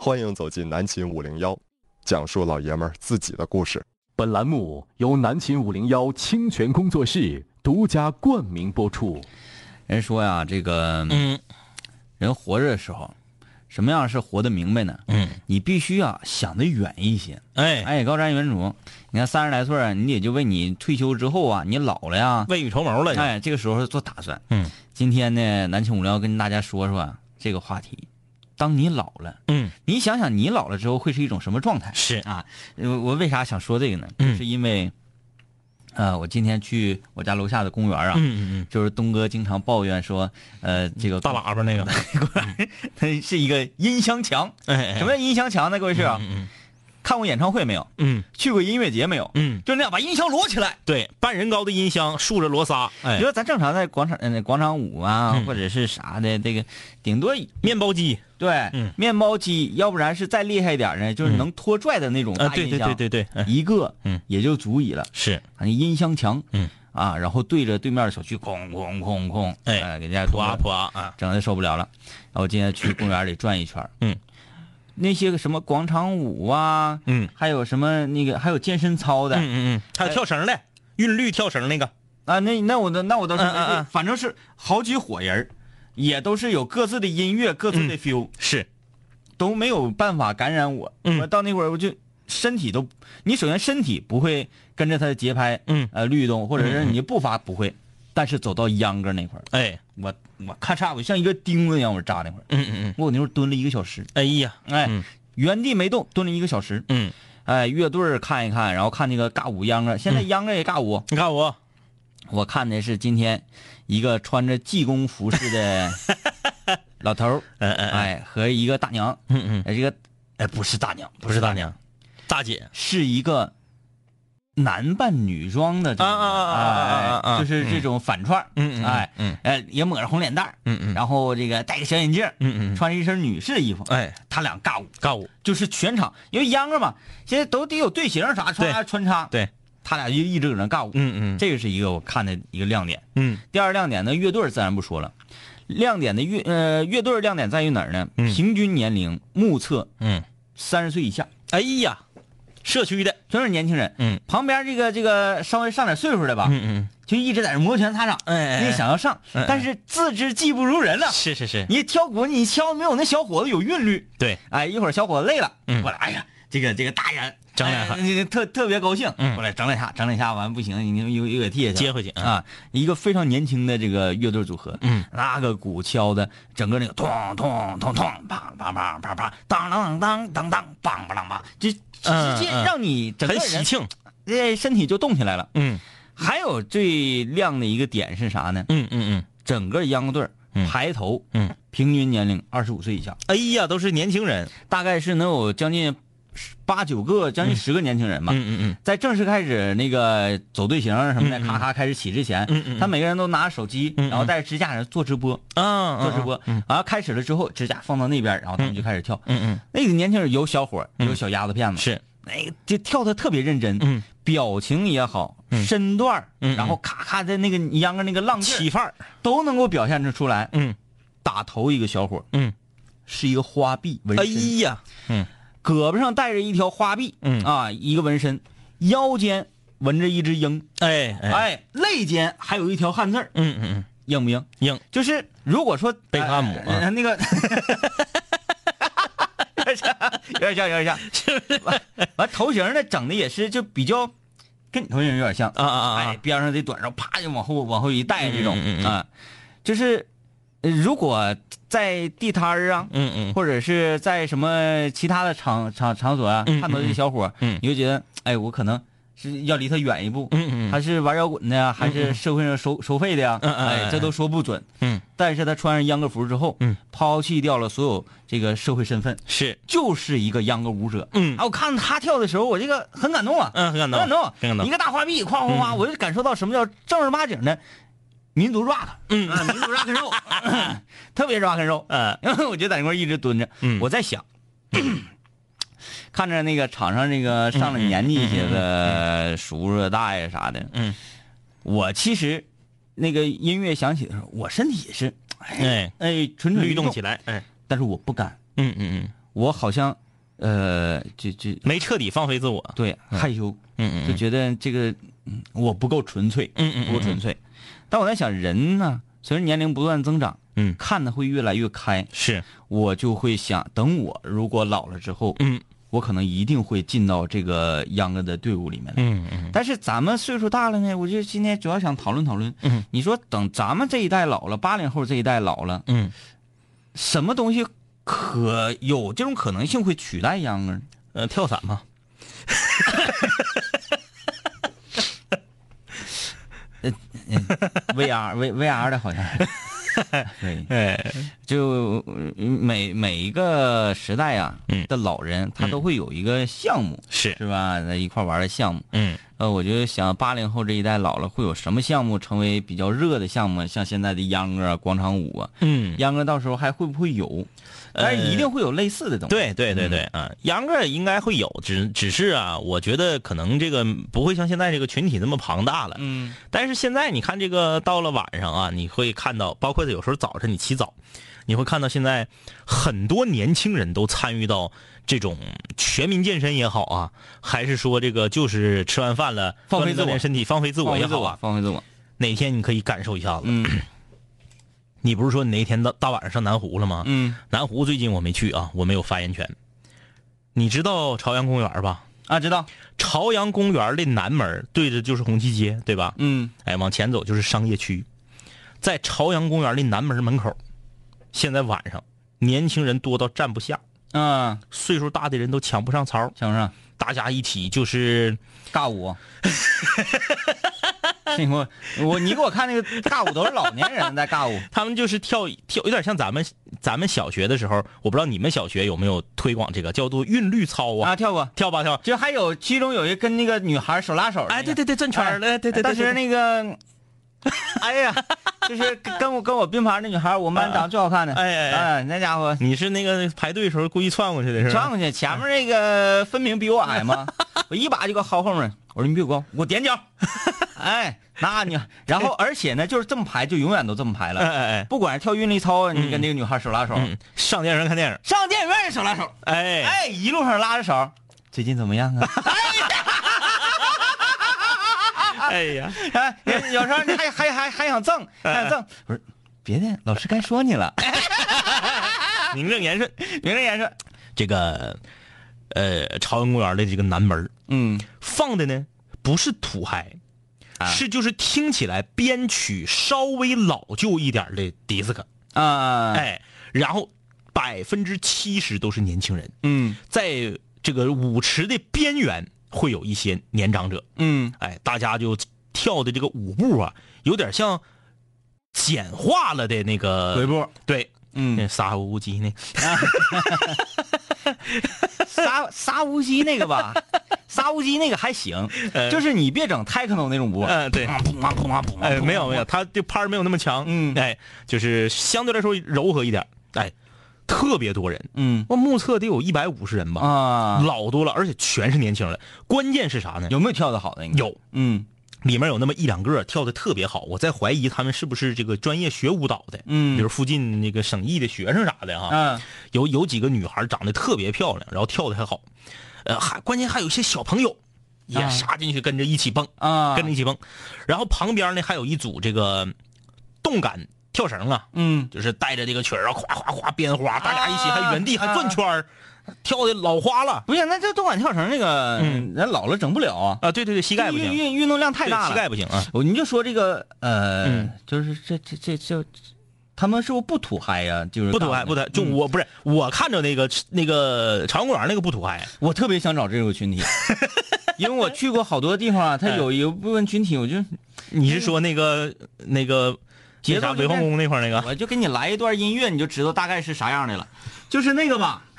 欢迎走进南秦501，讲述老爷们儿自己的故事。 本栏目由南秦501清泉工作室独家冠名播出。 人说呀，这个人活着的时候，什么样是活得明白呢？你必须啊想得远一些。高瞻远瞩。你看30来岁，你也就为你退休之后啊，你老了呀， 未雨绸缪了。 这个时候做打算。今天呢，南秦501跟大家说说这个话题。当你老了，你想想你老了之后会是一种什么状态？ 是啊，我为啥想说这个呢？是因为，我今天去我家楼下的公园啊，就是东哥经常抱怨说，这个大喇叭那个， 它是一个音箱墙。什么叫音箱墙呢？各位室友，看过演唱会没有？去过音乐节没有？就那样把音箱摞起来， 对，半人高的音箱竖着摞仨。 你说咱正常在广场舞啊，或者是啥的，这个顶多面包机， 对，面包机，要不然是再厉害一点呢，就是能拖拽的那种大音箱， 对， 一个也就足以了。 是， 你音箱墙，然后对着对面的小区哐哐哐哐，给人家扑啊， 整的受不了了。然后今天去公园里转一圈，那些个什么广场舞啊，还有什么那个还有健身操的， 还有跳绳的，韵律跳绳那个啊，那我倒是反正是好几伙人，也都是有各自的音乐，各自的 feel， 是都没有办法感染我。我到那会儿我就身体都，你首先身体不会跟着他的节拍，律动，或者是你步伐不会，但是走到秧歌那块儿，我咔嚓，我像一个钉子一样，我扎那块儿，我那会儿蹲了1个小时，原地没动，蹲了1个小时，乐队看一看，然后看那个尬舞秧歌，现在秧歌也尬舞， 你看我看的是今天一个穿着技工服饰的老头儿，和一个大娘，这个不是大娘， 大姐， 是一个男扮女装的，就是这种反串，也抹着红脸蛋，然后这个戴个小眼镜，穿着一身女士的衣服，他俩尬舞，就是全场，因为秧歌嘛，现在都得有队形啥穿插， 对， 他俩就一直搁那尬舞，这个是一个我看的一个亮点，第二亮点呢，乐队自然不说了，亮点的乐队亮点在于哪儿呢？平均年龄目测30岁以下， 社区的全是年轻人，旁边这个稍微上点岁数的吧，就一直在这摩拳擦掌，你想要上，但是自知技不如人了， 是， 你跳鼓你敲没有那小伙子有韵律， 对， 一会儿小伙子累了，过来，这个大人整两下， 特别高兴，过来整两下，完不行，你又给踢下去， 接回去啊，一个非常年轻的这个乐队组合，那个鼓敲的整个那个咚咚咚咚，梆梆梆梆梆，当当当当当，梆梆啷梆，就直接让你整个人很喜庆， 身体就动起来了。还有最亮的一个点是啥呢？整个秧歌队排头，平均年龄25岁以下。 都是年轻人， 大概是能有将近8、9个，将近10个年轻人吧。在正式开始那个走队形什么的，咔咔开始起之前，他每个人都拿着手机，然后带着支架做直播，做直播。然后开始了之后，支架放到那边，然后他们就开始跳。那个年轻人有小伙，有小丫头片子， 是那个就跳得特别认真，表情也好，身段，然后咔咔的那个秧歌那个浪劲起范儿都能够表现出来。打头一个小伙，是一个花臂纹身，胳膊上带着一条花臂，一个纹身，腰间纹着一只鹰，肋间还有一条汉字，硬不硬？ 硬。 就是如果说贝克汉姆那个有点像，完头型呢整的也是就比较跟你头型有点像，边上得短，然后啪就往后一带这种，就是如果在地摊儿啊，或者是在什么其他的场所啊，看到这小伙，你就觉得，我可能是要离他远一步，他是玩摇滚的呀，还是社会上收费的呀？这都说不准。但是他穿上秧歌服之后，抛弃掉了所有这个社会身份，就是一个秧歌舞者。我看他跳的时候，我这个很感动啊， 很感动， 一个大花臂，哗哗哗，我就感受到什么叫正儿八经的民族 rock， 民族 rock and roll， 特别 rock and roll， 因为我就在那块一直蹲着，我在想，看着那个场上那个上了年纪一些的叔叔大爷啥的，我其实那个音乐响起的时候，我身体也是，蠢蠢欲律动起来， 但是我不敢， 我好像就没彻底放飞自我， 对害羞， 嗯就觉得这个我不够纯粹，不够纯粹。但我在想，人呢，随着年龄不断增长，看的会越来越开， 是我就会想，等我如果老了之后，我可能一定会进到这个秧歌的队伍里面来。但是咱们岁数大了呢，我就今天主要想讨论，你说等咱们这一代老了，80后这一代老了，什么东西有这种可能性会取代秧歌呢？ 跳伞嘛。 VR 的好像是。对，就每一个时代啊的老人，他都会有一个项目， 是吧？在一块玩的项目。我就想80后这一代老了会有什么项目成为比较热的项目？像现在的秧歌啊、广场舞啊，秧歌到时候还会不会有？但是一定会有类似的东西。 对啊，秧歌应该会有，只是啊，我觉得可能这个不会像现在这个群体那么庞大了。但是现在你看这个到了晚上啊，你会看到，包括有时候早晨你起早，你会看到现在很多年轻人都参与到这种全民健身也好啊，还是说这个就是吃完饭了放飞自我身体放飞自我也好啊， 放飞自我。 哪天你可以感受一下子。你不是说你那天大晚上上南湖了吗？南湖最近我没去啊，我没有发言权。你知道朝阳公园吧？ 啊，知道。 朝阳公园的南门对着就是红旗街，对吧？往前走就是商业区。在朝阳公园的南门门口，现在晚上年轻人多到站不下，岁数大的人都抢不上槽， 抢不上， 大家一起就是尬舞。你给我看那个尬舞都是老年人在尬舞， 他们就是跳，有点像咱们小学的时候，我不知道你们小学有没有推广这个叫做韵律操啊？ 跳过， 跳吧。 就还有其中有一个跟那个女孩手拉手， 哎，对，转圈的，对。 当时那个，哎呀，就是跟我并排那女孩，我们班长最好看的。哎，那家伙， 你是那个排队的时候故意窜过去的是吧？ 窜过去，前面那个分明比我矮嘛，我一把就给我薅后面。我说你比我高，我踮脚。哎，那你，然后而且呢，就是这么排，就永远都这么排了。不管是跳韵律操，你跟那个女孩手拉手， 上电影院看电影， 上电影院手拉手，一路上拉着手，最近怎么样啊？ 哎呀， 有时候你还想赠，不是别的，老师该说你了。 名正言顺。这个朝阳公园的这个南门，放的呢不是土嗨，是就是听起来编曲稍微老旧一点的迪斯科然后70%都是年轻人，在这个舞池的边缘会有一些年长者，大家就跳的这个舞步啊，有点像简化了的那个腿步， 对，撒乌鸡那撒乌鸡那个吧，撒乌鸡那个还行，就是你别整 techno 那种步， 对，没有，他这拍儿没有那么强，就是相对来说柔和一点，特别多人，我目测得有150人吧，老多了，而且全是年轻人。关键是啥呢？ 有没有跳得好的？ 有，里面有那么1-2个跳的特别好，我在怀疑他们是不是这个专业学舞蹈的，比如附近那个省艺的学生啥的哈，有几个女孩长得特别漂亮，然后跳的还好，关键还有一些小朋友也杀进去跟着一起蹦跟着一起蹦，然后旁边呢还有一组这个动感跳绳啊，就是带着这个曲儿啊，哗哗哗编花，大家一起还原地还转圈儿，跳的老花了。 不是，那这动感跳绳那个，人老了整不了啊。 对，膝盖不行， 运动量太大了， 膝盖不行啊。 你就说这个就是这他们是不是不土嗨呀？就是不土嗨，就我看着那个朝阳公园那个不土嗨， 我特别想找这个群体，因为我去过好多地方啊，它有一部分群体，我就你是说那个节奏潍坊宫那块那个， 我就给你来一段音乐，你就知道大概是啥样的了，就是那个吧。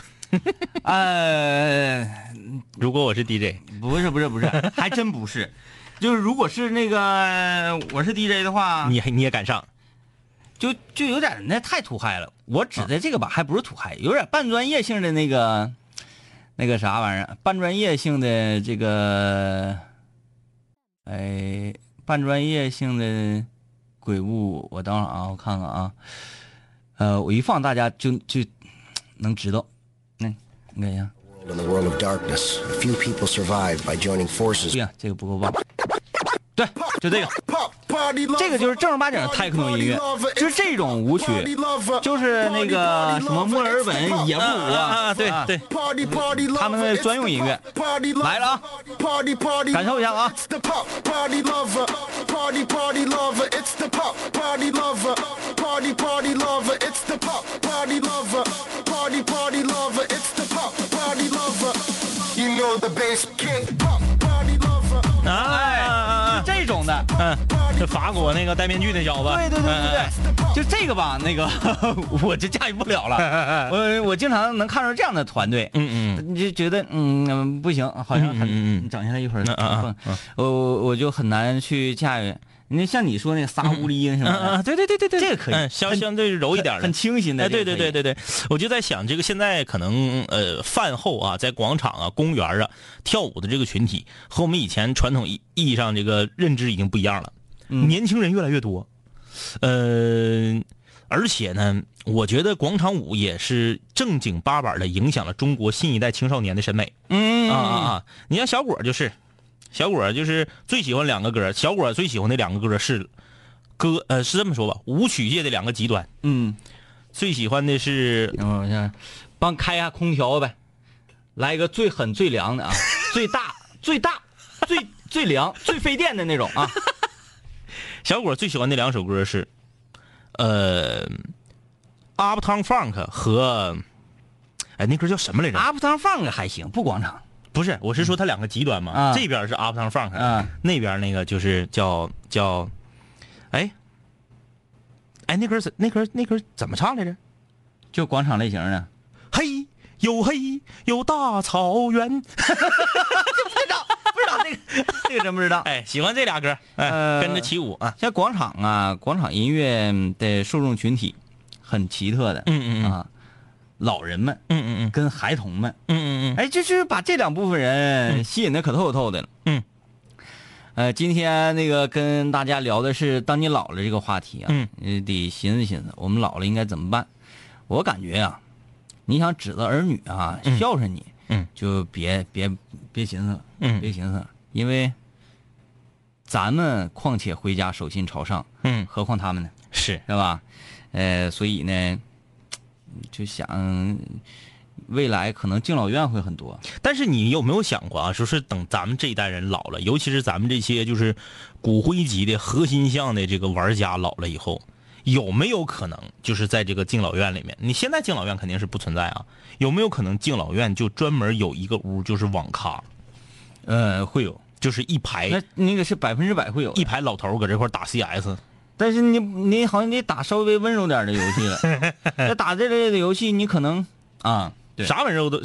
如果我是 DJ， 不是，还真不是。就是如果是那个我是 DJ 的话， 你也敢上？ 就有点那太土嗨了。我指的这个吧，还不是土嗨，有点半专业性的那个啥玩意儿，半专业性的这个，半专业性的鬼舞。我等会儿啊，我看看啊，我一放大家就能知道。 你看一下。 In the world of darkness, few people survive by joining forces. 对呀，这个不够棒。对，就这个，这个就是正儿八经的泰克诺音乐，就是这种舞曲，就是那个什么墨尔本野步舞啊， 对对， 他们的专用音乐来了啊，感受一下啊。 You know the bass kick, pop, party lover, 这种的， 这法国那个戴面具那小子， 对，就这个吧，那个我这驾驭不了了。我经常能看到这样的团队，你就觉得不行，好像很整下来一会儿，我就很难去驾驭。你像你说那个撒乌哩什么的， 对， 这个可以， 相对柔一点的， 很清新的。 对，我就在想，这个现在可能饭后啊，在广场啊、公园啊跳舞的这个群体，和我们以前传统意义上这个认知已经不一样了。年轻人越来越多，而且呢，我觉得广场舞也是正经八百的影响了中国新一代青少年的审美。你像小果就是最喜欢两个歌，小果最喜欢的两个歌是是这么说吧，舞曲界的两个极端。最喜欢的是帮开一下空调呗，来一个最狠最凉的啊，最大最凉最费电的那种啊。 小果最喜欢的两首歌是Uptown Funk 和那歌叫什么来着？ Uptown Funk 还行，不广场。 不是，我是说他两个极端嘛，这边是 Uptown Funk，那边那个就是叫那歌怎么唱来着？ 就广场类型的。 黑有大草原，不知道这个真不知道。 喜欢这俩歌，跟着起舞啊。 像广场音乐的受众群体很奇特的，老人们，跟孩童们，就是把这两部分人吸引的可透的了，今天那个跟大家聊的是当你老了这个话题啊，得寻思，我们老了应该怎么办？我感觉啊，你想指着儿女啊孝顺你，就别寻思了，别寻思了，因为咱们况且回家手心朝上，何况他们呢？是吧？所以呢。就想未来可能敬老院会很多， 但是你有没有想过啊？说是等咱们这一代人老了，尤其是咱们这些就是骨灰级的核心项的这个玩家老了以后，有没有可能就是在这个敬老院里面？你现在敬老院肯定是不存在啊，有没有可能敬老院就专门有一个屋就是网咖？ 会有， 就是一排， 那个是100%会有， 一排老头搁这块打 CS。 但是你好像得打稍微温柔点的游戏了，要打这类的游戏，你可能啥温柔都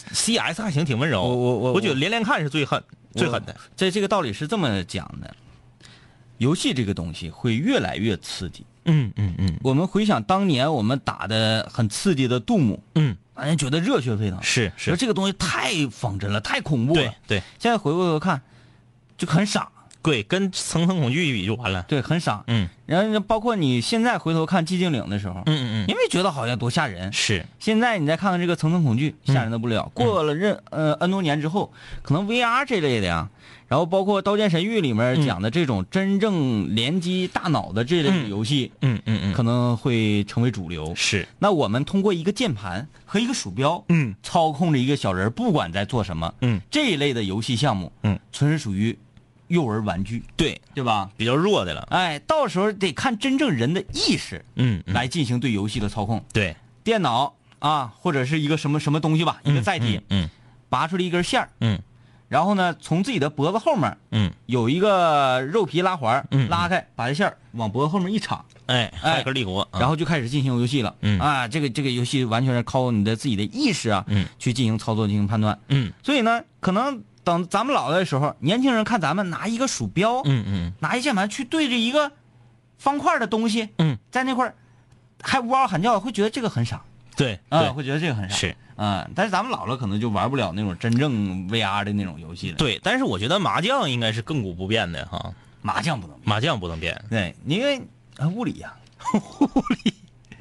CS 还行，挺温柔。我觉得连看是最狠的。 这个道理是这么讲的，游戏这个东西会越来越刺激。我们回想当年我们打的很刺激的杜牧，让人觉得热血沸腾。 是， 说这个东西太仿真了，太恐怖了。 对， 现在回过头看，就很傻。 对，跟层层恐惧一比就完了。 对，很傻。然后包括你现在回头看寂静岭的时候，因为觉得好像多吓人。是。现在你再看看这个层层恐惧，吓人的不了。过了N 多年之后，可能 VR 这类的呀，然后包括《刀剑神域》里面讲的这种真正联机大脑的这类的游戏，可能会成为主流。 是。 那我们通过一个键盘和一个鼠标，操控着一个小人，不管在做什么，这一类的游戏项目，纯是属于幼儿玩具，对吧？ 比较弱的了。 到时候得看真正人的意识，来进行对游戏的操控。 对， 电脑啊，或者是一个什么东西吧，一个载体，拔出来一根线儿，然后呢，从自己的脖子后面，有一个肉皮拉环，拉开，把这线儿往脖子后面一插， 海克立国， 然后就开始进行游戏了。这个游戏完全是靠你的自己的意识啊，去进行操作，进行判断。所以呢，可能等咱们老了的时候，年轻人看咱们拿一个鼠标，拿一键盘去对着一个方块的东西，在那块儿还呜嗷喊叫，会觉得这个很傻。 对， 会觉得这个很傻。 是， 但是咱们老了可能就玩不了那种真正 VR 的那种游戏了。 对，但是我觉得麻将应该是亘古不变的哈。 麻将不能变。 对， 因为物理呀，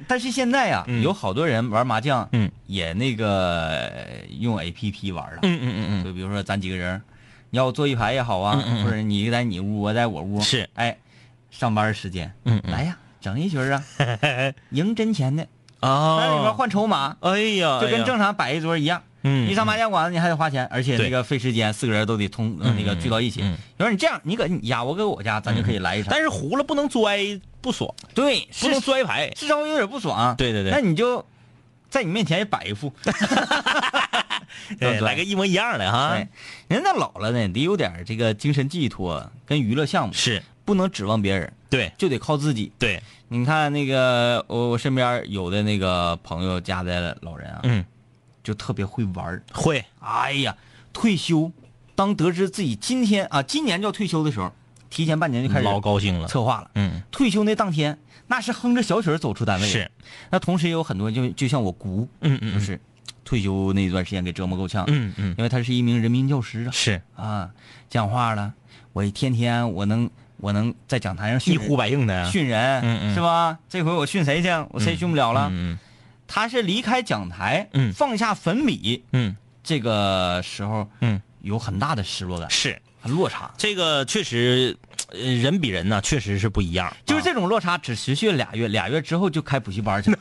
但是现在呀，有好多人玩麻将，也那个用 APP 玩了，就比如说咱几个人，你要做一排也好啊，或者你在你屋，我在我屋， 是， 哎，上班时间，来呀，整一局啊，赢真钱的啊， 在里面换筹码， 哎呀， 就跟正常摆一桌一样。你上麻将馆子你还得花钱，而且那个费时间，4个人都得那个聚到一起。有时候你这样，你搁你家，我搁我家，咱就可以来一场。 但是胡了不能摔不爽， 对， 不能摔牌， 是稍微有点不爽。 对， 那你就在你面前也摆一副， 对，来个一模一样的哈。 对，人家老了呢，得有点这个精神寄托跟娱乐项目， 是不能指望别人， 对， 就得靠自己。 对， 你看那个我身边有的那个朋友家的老人啊，就特别会玩， 会， 哎呀，退休，当得知自己今年就要退休的时候，提前半年就开始老高兴了， 策划了。退休那当天，那是哼着小曲走出单位。 是， 那同时也有很多就像我姑，就是退休那段时间给折磨够呛。因为他是一名人民教师啊。 是啊，讲话了，我天天我能在讲台上一呼百应的训人，是吧？这回我训谁去？我谁训不了了？他是离开讲台，放下粉笔，这个时候，有很大的失落感， 是落差。 这个确实，人比人呢，确实是不一样。 就是这种落差只持续了2月，2月之后就开补习班去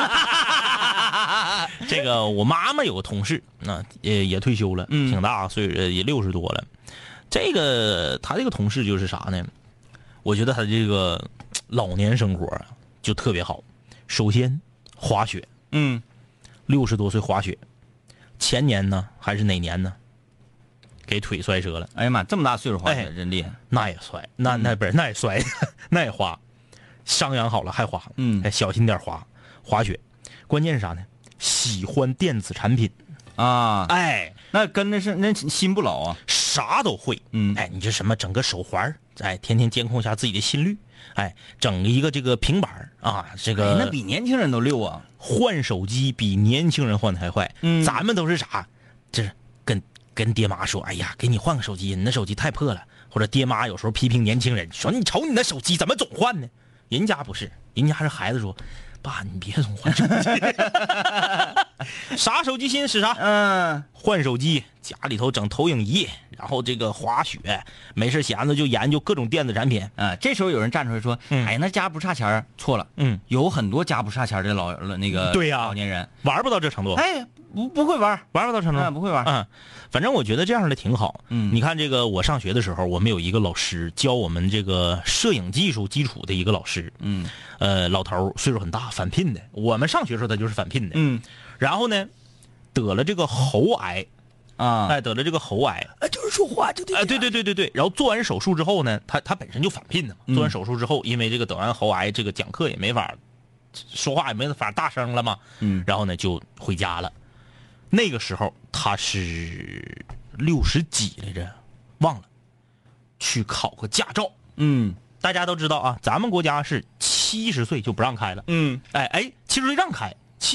了。 这个我妈妈有个同事，也退休了，挺大岁数，也60多了。这个他这个同事就是啥呢？我觉得他这个老年生活就特别好。首先滑雪。60多岁滑雪，前年呢还是哪年呢？给腿摔折了。 哎呀妈，这么大岁数滑雪真厉害。 那也摔，那不是那也摔，那也滑，伤养好了还滑，还小心点滑雪。关键是啥呢？喜欢电子产品啊， 哎， 那跟的是那心不老啊， 啥都会。哎，你这什么整个手环，哎，天天监控一下自己的心率。哎，整一个这个平板啊，这个、 那比年轻人都溜啊！ 换手机比年轻人换的还快。咱们都是啥？这是跟爹妈说，哎呀，给你换个手机，你那手机太破了。或者爹妈有时候批评年轻人，说你瞅你那手机怎么总换呢？人家不是，人家是孩子说，爸你别总换手机，啥手机新使啥。换手机，家里头整投影仪，然后这个滑雪，没事闲着就研究各种电子产品。 这时候有人站出来说，哎，那家不差钱，错了。有很多家不差钱的老年人玩不到这程度。 哎，不会玩不到程度， 不会玩。 反正我觉得这样的挺好。你看这个，我上学的时候，我们有一个老师教我们这个摄影技术基础的一个老师。老头岁数很大，返聘的。我们上学的时候他就是返聘的。然后呢，得了这个喉癌啊，哎，得了这个喉癌， 就是说话就得对。然后做完手术之后呢，他本身就返聘的嘛。做完手术之后，因为这个得完喉癌，这个讲课也没法说话，也没法大声了嘛。然后呢就回家了。那个时候他是60几来着，忘了，去考个驾照。大家都知道啊，咱们国家是70岁就不让开了。70岁让开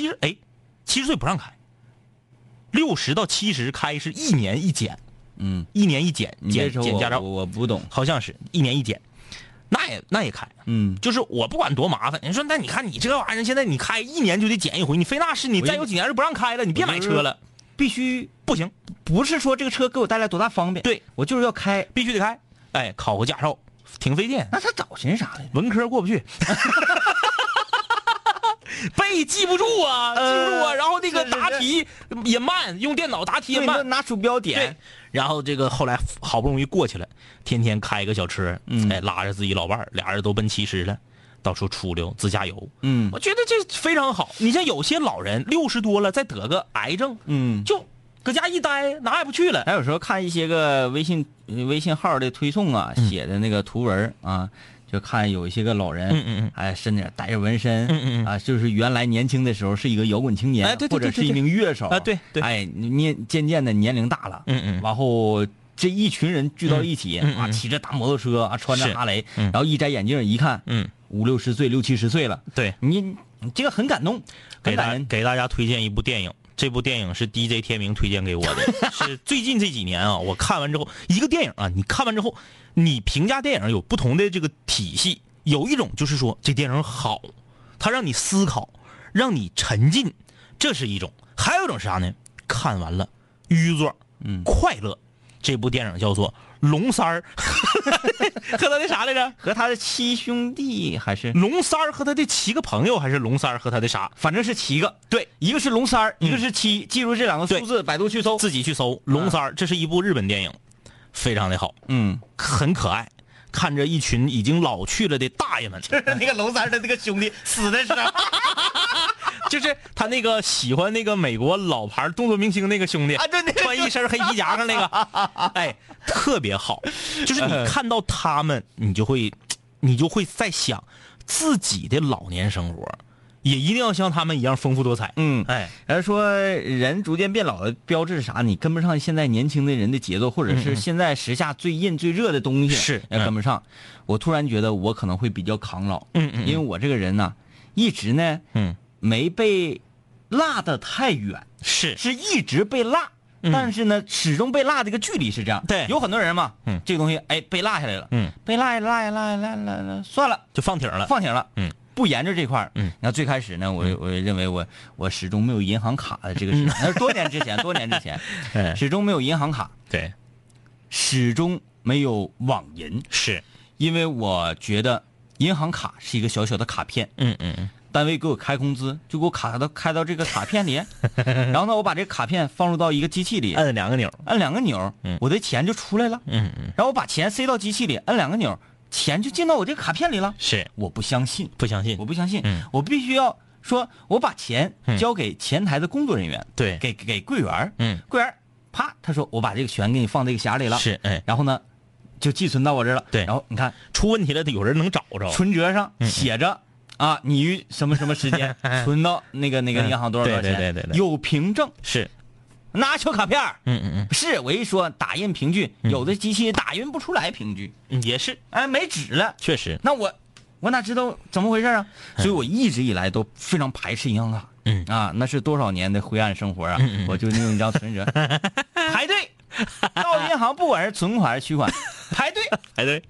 ，70岁不让开，60到70开是1年一检。1年一检，检驾照。 我不懂， 好像是1年一检，那也开。就是我不管多麻烦，你说那你看你这玩意儿，现在你开1年就得检一回，你非那是你再有几年就不让开了，你别买车了， 必须不行， 不是说这个车给我带来多大方便， 对我就是要开， 必须得开。哎，考个驾照挺费劲。 那他找寻啥的？ 文科过不去。背记不住啊，然后那个答题也慢，用电脑答题也慢， 拿鼠标点。 然后这个后来好不容易过去了，天天开个小车，拉着自己老伴儿，俩人都奔70了，到处出溜自驾游。我觉得这非常好。你像有些老人60多了，再得个癌症，就搁家一待，哪也不去了。 还有时候看一些个微信号的推送啊，写的那个图文啊。就看有一些个老人，哎，身上带着纹身，啊，就是原来年轻的时候是一个摇滚青年，或者是一名乐手， 对， 哎，渐渐的年龄大了，然后这一群人聚到一起，啊，骑着大摩托车啊，穿着哈雷，然后一摘眼镜一看，50、60岁、60、70岁了， 对你这个很感动，很感人。 给大家推荐一部电影。这部电影是 DJ 天明推荐给我的，是最近这几年啊，我看完之后，一个电影啊，你看完之后，你评价电影有不同的这个体系，有一种就是说这电影好，它让你思考， 让你沉浸，这是一种。还有一种是啥呢？看完了淤作，快乐。这部电影叫做龙三儿和他的啥来着？ 和他的7兄弟还是龙三儿和他的7个朋友，还是龙三儿和他的啥？ 反正是7个。 对， 一个是龙三儿，一个是7，记住这2个数字，百度去搜， 自己去搜龙三儿。这是一部日本电影，非常的好，很可爱。看着一群已经老去了的大爷们， 就是那个龙三儿的那个兄弟死的时候， 就是他那个喜欢那个美国老牌动作明星那个兄弟， 对， 穿一身黑皮夹克那个，哎，特别好。就是你看到他们，你就会在想自己的老年生活。也一定要像他们一样丰富多彩。 然后说人逐渐变老的标志是啥？你跟不上现在年轻的人的节奏，或者是现在时下最硬最热的东西， 是要跟不上。我突然觉得我可能会比较抗老，因为我这个人呢，一直呢，没被落得太远，是一直被落。但是呢，始终被落的一个距离是这样。 对， 有很多人嘛，这个东西被落下来了，被落算了， 就放挺了， 不沿着这块儿。那最开始呢，我认为我始终没有银行卡的这个事，那是多年之前，始终没有银行卡， 对， 始终没有网银， 是因为我觉得银行卡是一个小小的卡片，单位给我开工资就给我开到这个卡片里，然后呢，我把这个卡片放入到一个机器里， 摁2个钮， 我的钱就出来了，然后我把钱塞到机器里，摁2个钮。钱就进到我这个卡片里了， 是我不相信， 我不相信， 我必须要说，我把钱交给前台的工作人员， 对， 给柜员，柜员啪，他说我把这个钱给你放这个匣里了， 是， 然后呢，就寄存到我这了， 对， 然后你看出问题了，有人能找着， 存折上写着啊，你于什么时间存到那个银行多少钱， 对， 有凭证是。 拿小卡片不是我一说打印凭据，有的机器打印不出来凭据， 也是， 没纸了， 确实。 那我哪知道怎么回事啊？所以我一直以来都非常排斥银行卡，那是多少年的灰暗生活啊！我就用一张存折，排队到银行，不管是存款还是取款，排队。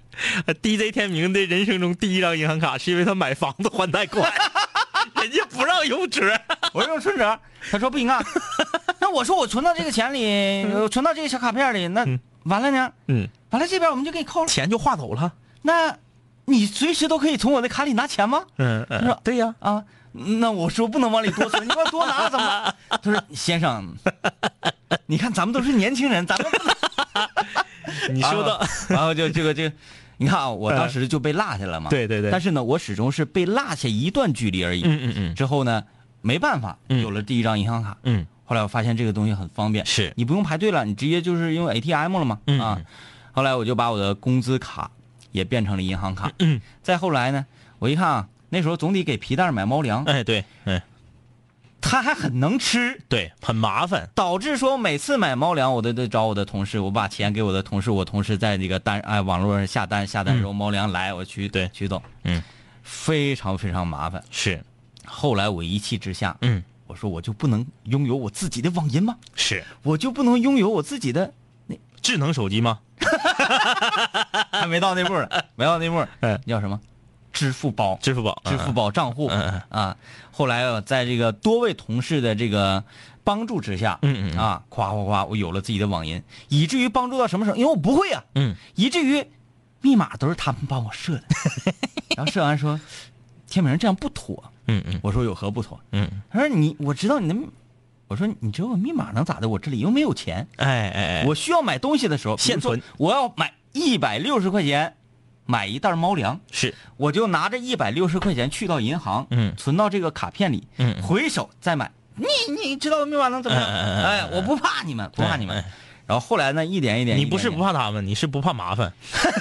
DJ 天明的人生中第一张银行卡是因为他买房子还贷款，人家不让用折， 我用存折，他说不行啊。那我说我存到这个钱里，存到这个小卡片里，那完了呢？完了这边我们就给你扣了， 钱就划走了。 那你随时都可以从我的卡里拿钱吗？他说对呀， 那我说不能往里多存，你往多拿怎么办？他说先生，你看咱们都是年轻人，咱们不能。 你说的， 然后就这个，你看啊，我当时就被落下了嘛。 对。 但是呢，我始终是被落下一段距离而已。之后呢，没办法，有了第一张银行卡。后来我发现这个东西很方便， 是你不用排队了，你直接就是用 ATM 了嘛。后来我就把我的工资卡也变成了银行卡。再后来呢，我一看啊，那时候总得给皮蛋买猫粮。 对， 他还很能吃， 对，很麻烦， 导致说每次买猫粮，我都得找我的同事，我把钱给我的同事，我同事在这个网络上下单之后，猫粮来我取走，非常非常麻烦。 是， 后来我一气之下，我说我就不能拥有我自己的网银吗？ 是， 我就不能拥有我自己的智能手机吗？ 还没到那步呢，叫什么？支付宝账户，后来在这个多位同事的这个帮助之下，夸，我有了自己的网银，以至于帮助到什么时候？因为我不会啊，以至于密码都是他们帮我设的，然后设完说，天明这样不妥，我说有何不妥？他说我知道你的，我说你知道我密码能咋的？我这里又没有钱，我需要买东西的时候， 现存， 我要买160块钱。买一袋猫粮， 是， 我就拿着160块钱去到银行，存到这个卡片里，回手再买。你知道密码能怎么样？我不怕你们，然后后来呢，一点一点， 你不是不怕他们，你是不怕麻烦。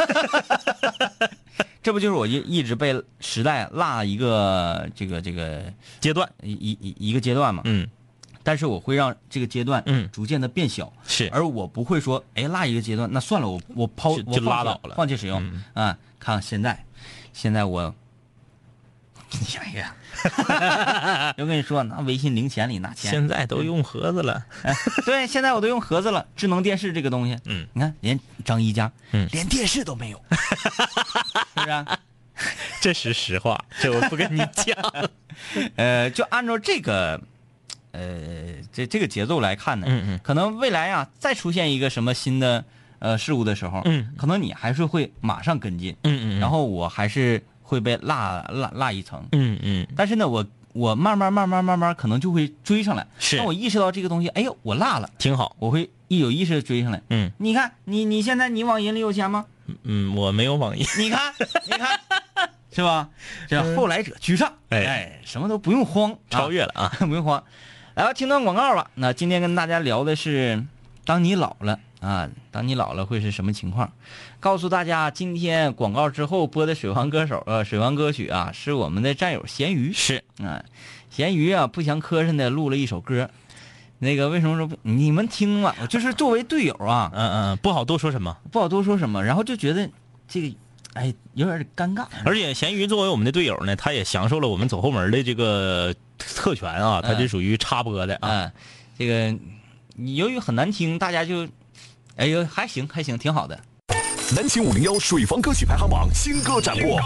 这不就是我一直被时代落一个这个阶段， 一个阶段嘛？但是我会让这个阶段逐渐的变小， 是， 而我不会说落一个阶段，那算了，我就拉倒了， 放弃使用。看现在我，哎呀，我跟你说，拿微信零钱里拿钱， 现在都用盒子了。 对，现在我都用盒子了，智能电视这个东西，你看连张一家，连电视都没有，是不是？ 这是实话，这我不跟你讲。 就按照这个，这个节奏来看呢，可能未来啊再出现一个什么新的事物的时候，可能你还是会马上跟进，然后我还是会被落一层，但是呢，我慢慢可能就会追上来。 是， 当我意识到这个东西，哎呦，我落了， 挺好， 我会一有意识的追上来。你看，你现在你网银里有钱吗？ 我没有网银。 你看，是吧？这后来者居上，什么都不用慌， 超越了啊， 不用慌。来吧，听段广告吧。那今天跟大家聊的是，当你老了啊，当你老了会是什么情况？告诉大家，今天广告之后播的水王歌曲啊，是我们的战友咸鱼。 是啊，咸鱼啊，不祥磕碜的录了一首歌。那个为什么说你们听了？就是作为队友啊， 不好多说什么， 然后就觉得这个有点尴尬。 而且咸鱼作为我们的队友呢，他也享受了我们走后门的这个特权啊，他这属于插播的啊。 这个由于很难听，大家就哎呦还行，挺好的。 南秦501水房歌曲排行榜新歌展播。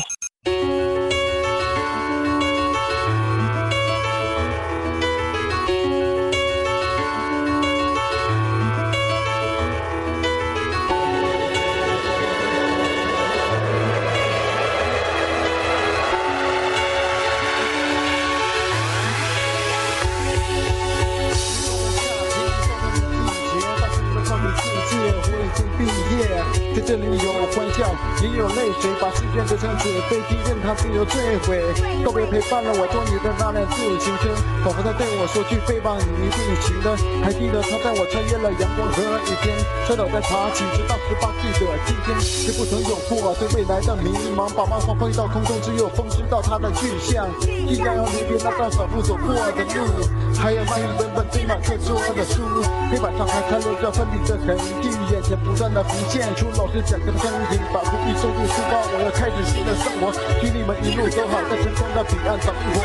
在这里有欢笑，也有泪水，把试卷的箱子被敌人他自由摧毁。告别陪伴了我坐你的那辆自行车，仿佛他对我说句背叛你一定行的。还记得他带我穿越了阳光和雨天，摔倒再爬起，直到18岁的今天，却不曾有过对未来的迷茫，把梦放飞到空中，只有风知道它的去向。即将要离别那段反复走过的路，还有那一本本堆满课桌的书，黑板上还残留着奋笔的痕迹，眼前不断的浮现出老师讲课的声音，把不必收入书包，我要开始新的生活。距离们一路走好，在成功的彼岸等我。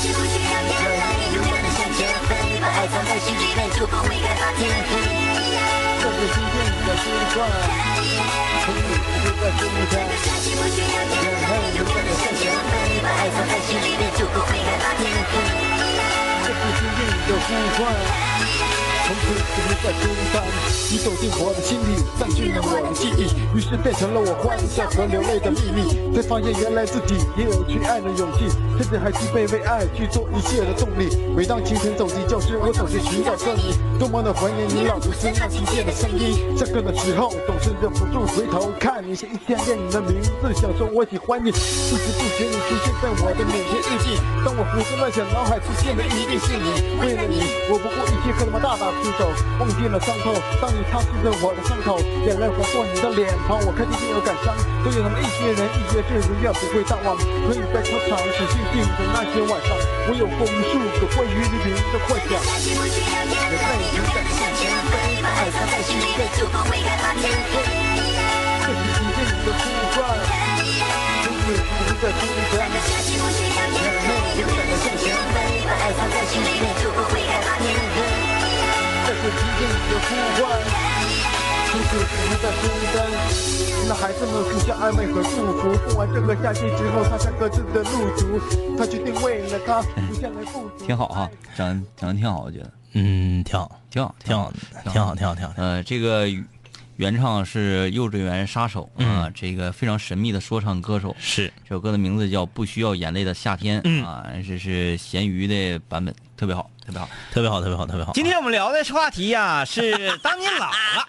把爱藏在心里面，就不会害怕天黑。这是今天你的习惯，从此不会再孤单。眼泪流在你身前飞，把爱藏在心里面，就不会害怕天黑。这是今天你的呼唤。从此不会再孤单，你走进我的心里，占据了我的记忆，于是变成了我欢笑和流泪的秘密。才发现原来自己也有去爱的勇气，甚至还具备为爱去做一切的动力。每当清晨走进教室，我总是寻找着你，多么的怀念你老师那亲切的声音。下课的时候总是忍不住回头看你，写一天念你的名字，想说我喜欢你。不知不觉你出现在我的每天日记，当我胡思乱想，脑海出现的一定是你。为了你，我不顾一切和他们大打出手，忘记了伤痛。当你擦拭着我的伤口，眼泪划过你的脸庞，我看见心有感伤。都有那么一些人，一些事，永远不会淡忘。可以在操场仔细静的那些晚上，我有过无数个关于黎明的幻想。眼泪流在你面前飞，把爱藏在心里面，就不会害怕天黑。这是今天你的呼唤，从此不会再孤单。眼泪流在你面前飞，把爱藏在心里面，就不会害怕天黑。这是今天你的呼唤，从此不会再孤单。那孩子们互相安慰和祝福，过完这个夏季之后，踏上各自的路途。他决定为了他不向来付出。 挺好啊，讲的挺好，我觉得。挺好。这个原唱是幼稚园杀手啊，这个非常神秘的说唱歌手。 是这首歌的名字叫《不需要眼泪的夏天》啊，这是咸鱼的版本，特别好。今天我们聊的话题呀，是当你老了。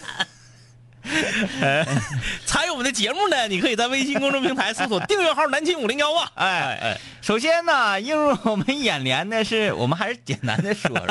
参与我们的节目呢，你可以在微信公众平台搜索订阅号南秦501啊。 首先呢，映入我们眼帘的是，我们还是简单的说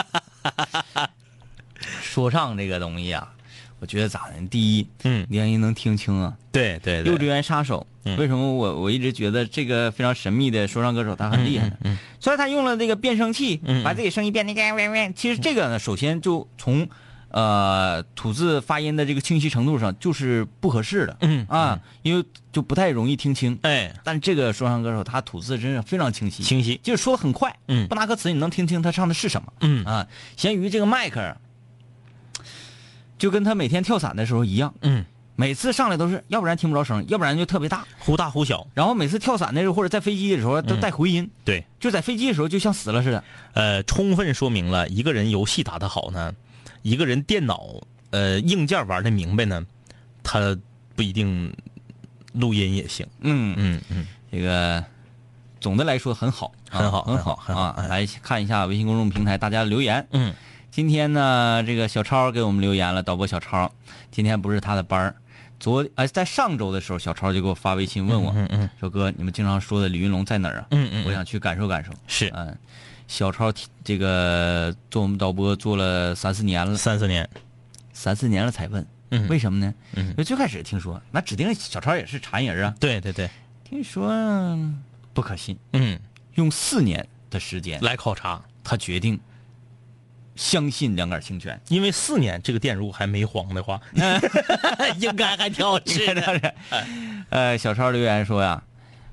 说唱这个东西啊，我觉得咋的？第一，让人能听清啊。 对， 幼稚园杀手，为什么我一直觉得这个非常神秘的说唱歌手他很厉害呢？虽然他用了这个变声器，把自己声音变得其实这个呢，首先就从吐字发音的这个清晰程度上就是不合适的，因为就不太容易听清。但这个说唱歌手他吐字真是非常清晰，就是说的很快，不拿歌词你能听清他唱的是什么。咸鱼这个麦克就跟他每天跳伞的时候一样， 每次上来都是，要不然听不着声，要不然就特别大， 忽大忽小。 然后每次跳伞的时候或者在飞机的时候都带回音。 对， 就在飞机的时候就像死了似的。 充分说明了一个人游戏打得好呢，一个人电脑硬件玩得明白呢，他不一定录音也行。 这个总的来说很好， 很好啊！来看一下微信公众平台大家的留言。今天呢，这个小超给我们留言了，导播小超，今天不是他的班儿。在上周的时候，小超就给我发微信问我，说哥，你们经常说的李云龙在哪儿啊？我想去感受感受。 是， 小超这个做我们导播做了3-4年了 ，3-4 年了才问，为什么呢？因为最开始听说，那指定小超也是馋人啊。 对， 听说不可信，用4年的时间来考察， 他决定相信两杆清泉， 因为4年这个电褥还没黄的话，应该还挺好吃的。 小超留言说呀，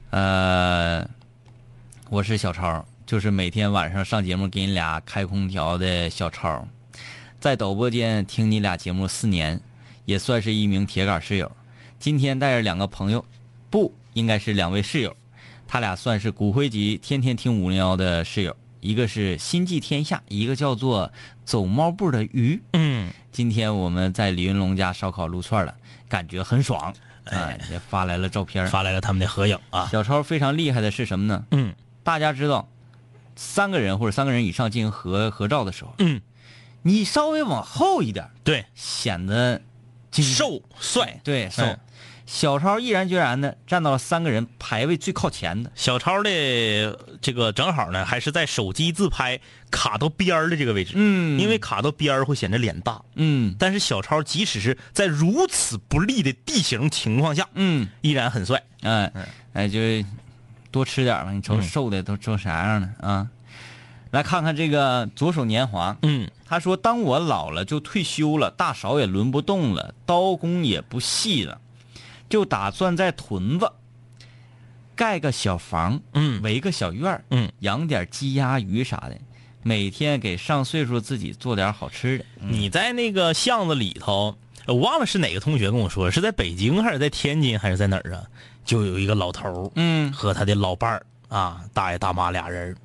我是小超，就是每天晚上上节目给你俩开空调的小超，在导播间听你俩节目4年，也算是一名铁杆室友。今天带着2个朋友，不应该是2位室友，他俩算是骨灰级天天听501的室友。一个是心系天下，一个叫做走猫步的鱼。今天我们在李云龙家烧烤撸串了，感觉很爽。也发来了照片， 发来了他们的合影啊。 小超非常厉害的是什么呢？大家知道，3个人或者3个人以上进行合照的时候，你稍微往后一点， 对， 显得瘦帅， 对瘦。小超毅然决然的站到了3个人排位最靠前的。 小超的这个正好呢，还是在手机自拍卡到边儿的这个位置。因为卡到边儿会显得脸大。但是小超即使是在如此不利的地形情况下，依然很帅。 就多吃点吧，你瞅瘦的都成啥样了啊？来看看这个左手年华。他说：“当我老了就退休了，大勺也轮不动了，刀工也不细了。就打算在屯子盖个小房，围个小院养点鸡鸭鱼啥的，每天给上岁数自己做点好吃的。 你在那个巷子里头，我忘了是哪个同学跟我说，是在北京还是在天津还是在哪儿啊？就有一个老头和他的老伴儿啊，大爷大妈俩人，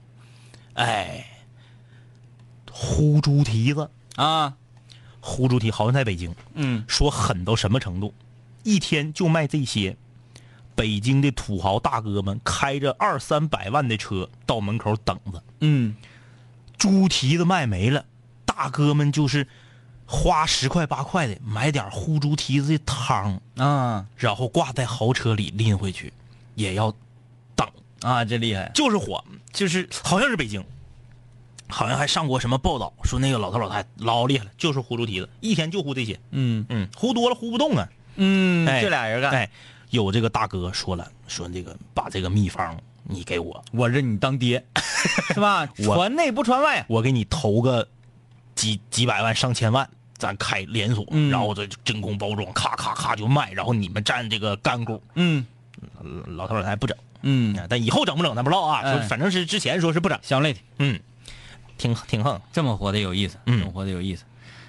烀猪蹄子啊，烀猪蹄好像在北京，说狠到什么程度？一天就卖这些，北京的土豪大哥们开着200-300万的车到门口等着。猪蹄子卖没了，大哥们就是花10块8块的买点烀猪蹄子的汤啊，然后挂在豪车里拎回去，也要等啊，这厉害， 就是火，就是好像是北京，好像还上过什么报道说那个老头老太太老厉害了，就是烀猪蹄子，一天就烀这些。烀多了烀不动啊。 这俩人干。 有这个大哥说了，说这个把这个秘方你给我认你当爹，是吧？传内不传外， 我给你投个几百万上千万，咱开连锁，然后这真空包装，咔咔咔就卖，然后你们占这个干股。老头老太太不整，但以后整不整咱不知道啊。说反正是之前说是不整， 相类的， 挺横， 这么活的有意思，活的有意思。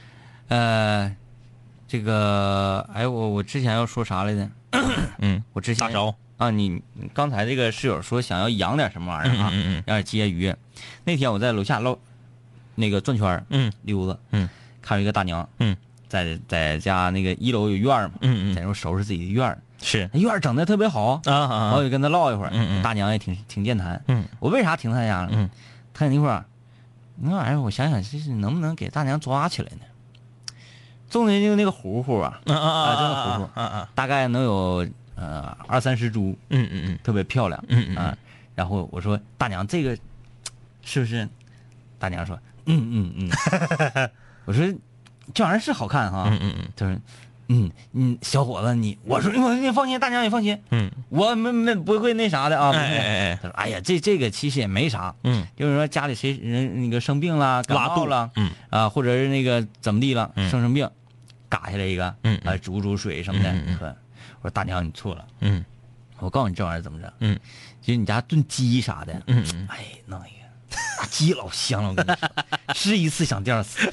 这个，我之前要说啥来着？我之前大勺啊，你刚才这个室友说想要养点什么玩意儿啊？养点鸡鸭鱼。那天我在楼下那个转圈溜达，看着一个大娘，在家那个1楼有院嘛，在那收拾自己的院， 是院整的特别好啊。我就跟他唠一会儿，大娘也挺健谈。我为啥停他家了？他那会儿，那玩意儿我想想，就是能不能给大娘抓起来呢？种的那个糊糊啊，这个糊糊，大概能有20-30株，特别漂亮，然后我说大娘这个是不是？大娘说我说这玩意儿是好看哈，他说小伙子我说你放心，大娘你放心，我不会那啥的啊，他说哎呀这个其实也没啥，就是说家里谁人那个生病了感冒了，或者是那个怎么地了，生病。嘎下来一个，煮水什么的喝。我说大娘你错了，我告诉你这玩意儿怎么着，就是你家炖鸡啥的，弄一个，鸡老香了，我跟你说，吃一次想第2次。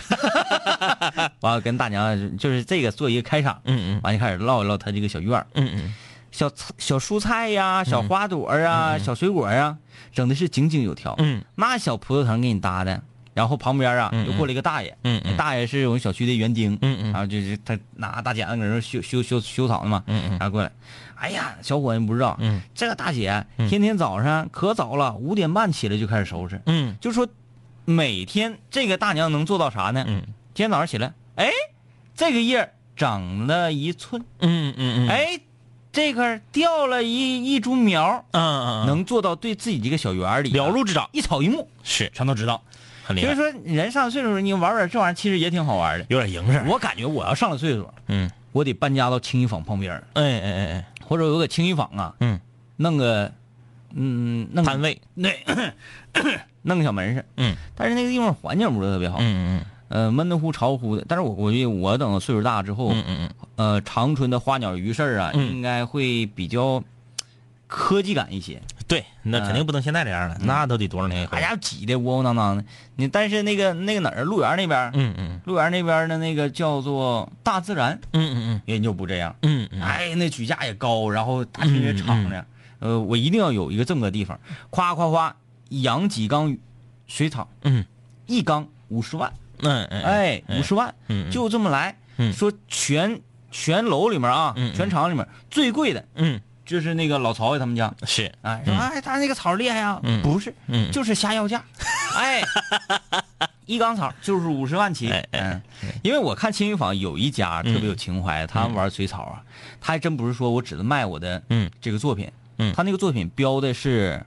完了跟大娘就是这个做一个开场，完就开始唠一唠他这个小院儿，小蔬菜呀，小花朵啊，小水果啊，整的是井井有条，那小葡萄藤给你搭的。然后旁边啊，又过来一个大爷，大爷是我们小区的园丁，然后就是他拿大剪子搁那修草呢嘛，然后过来，哎呀，小伙子你不知道，这个大姐天天早上可早了，5点半起来就开始收拾，就说每天这个大娘能做到啥呢？今天早上起来，哎，这个叶长了1寸，哎，这块掉了一株苗，能做到对自己这个小园里了如指掌， 一草一木是全都知道。就是说，人上了岁数，你玩玩这玩意儿，其实也挺好玩的， 有点营生。 我感觉我要上了岁数，我得搬家到青衣坊旁边，或者有个青衣坊啊，弄个，弄摊位， 对，弄个小门市，但是那个地方环境不是特别好，闷得乎潮乎的。但是我估计我等岁数大之后，长春的花鸟鱼市啊，应该会比较科技感一些。 对，那肯定不能现在这样了，那都得多少年以后。 大家挤得窝窝囊囊的，但是那个哪儿，鹿园那边，鹿园那边的那个叫做大自然，人就不这样，哎，那举架也高，然后大群也敞着，我一定要有一个这么个地方，夸夸夸养几缸水草，一缸50万，哎，50万，就这么来，说全楼里面啊，全场里面最贵的，就是那个老曹他们家是， 哎，说哎，他那个草厉害啊，不是，就是瞎要价，哎，一缸草就是50万起，因为我看青鱼坊有一家特别有情怀，他们玩水草啊，他还真不是说我只是卖我的这个作品，他那个作品标的是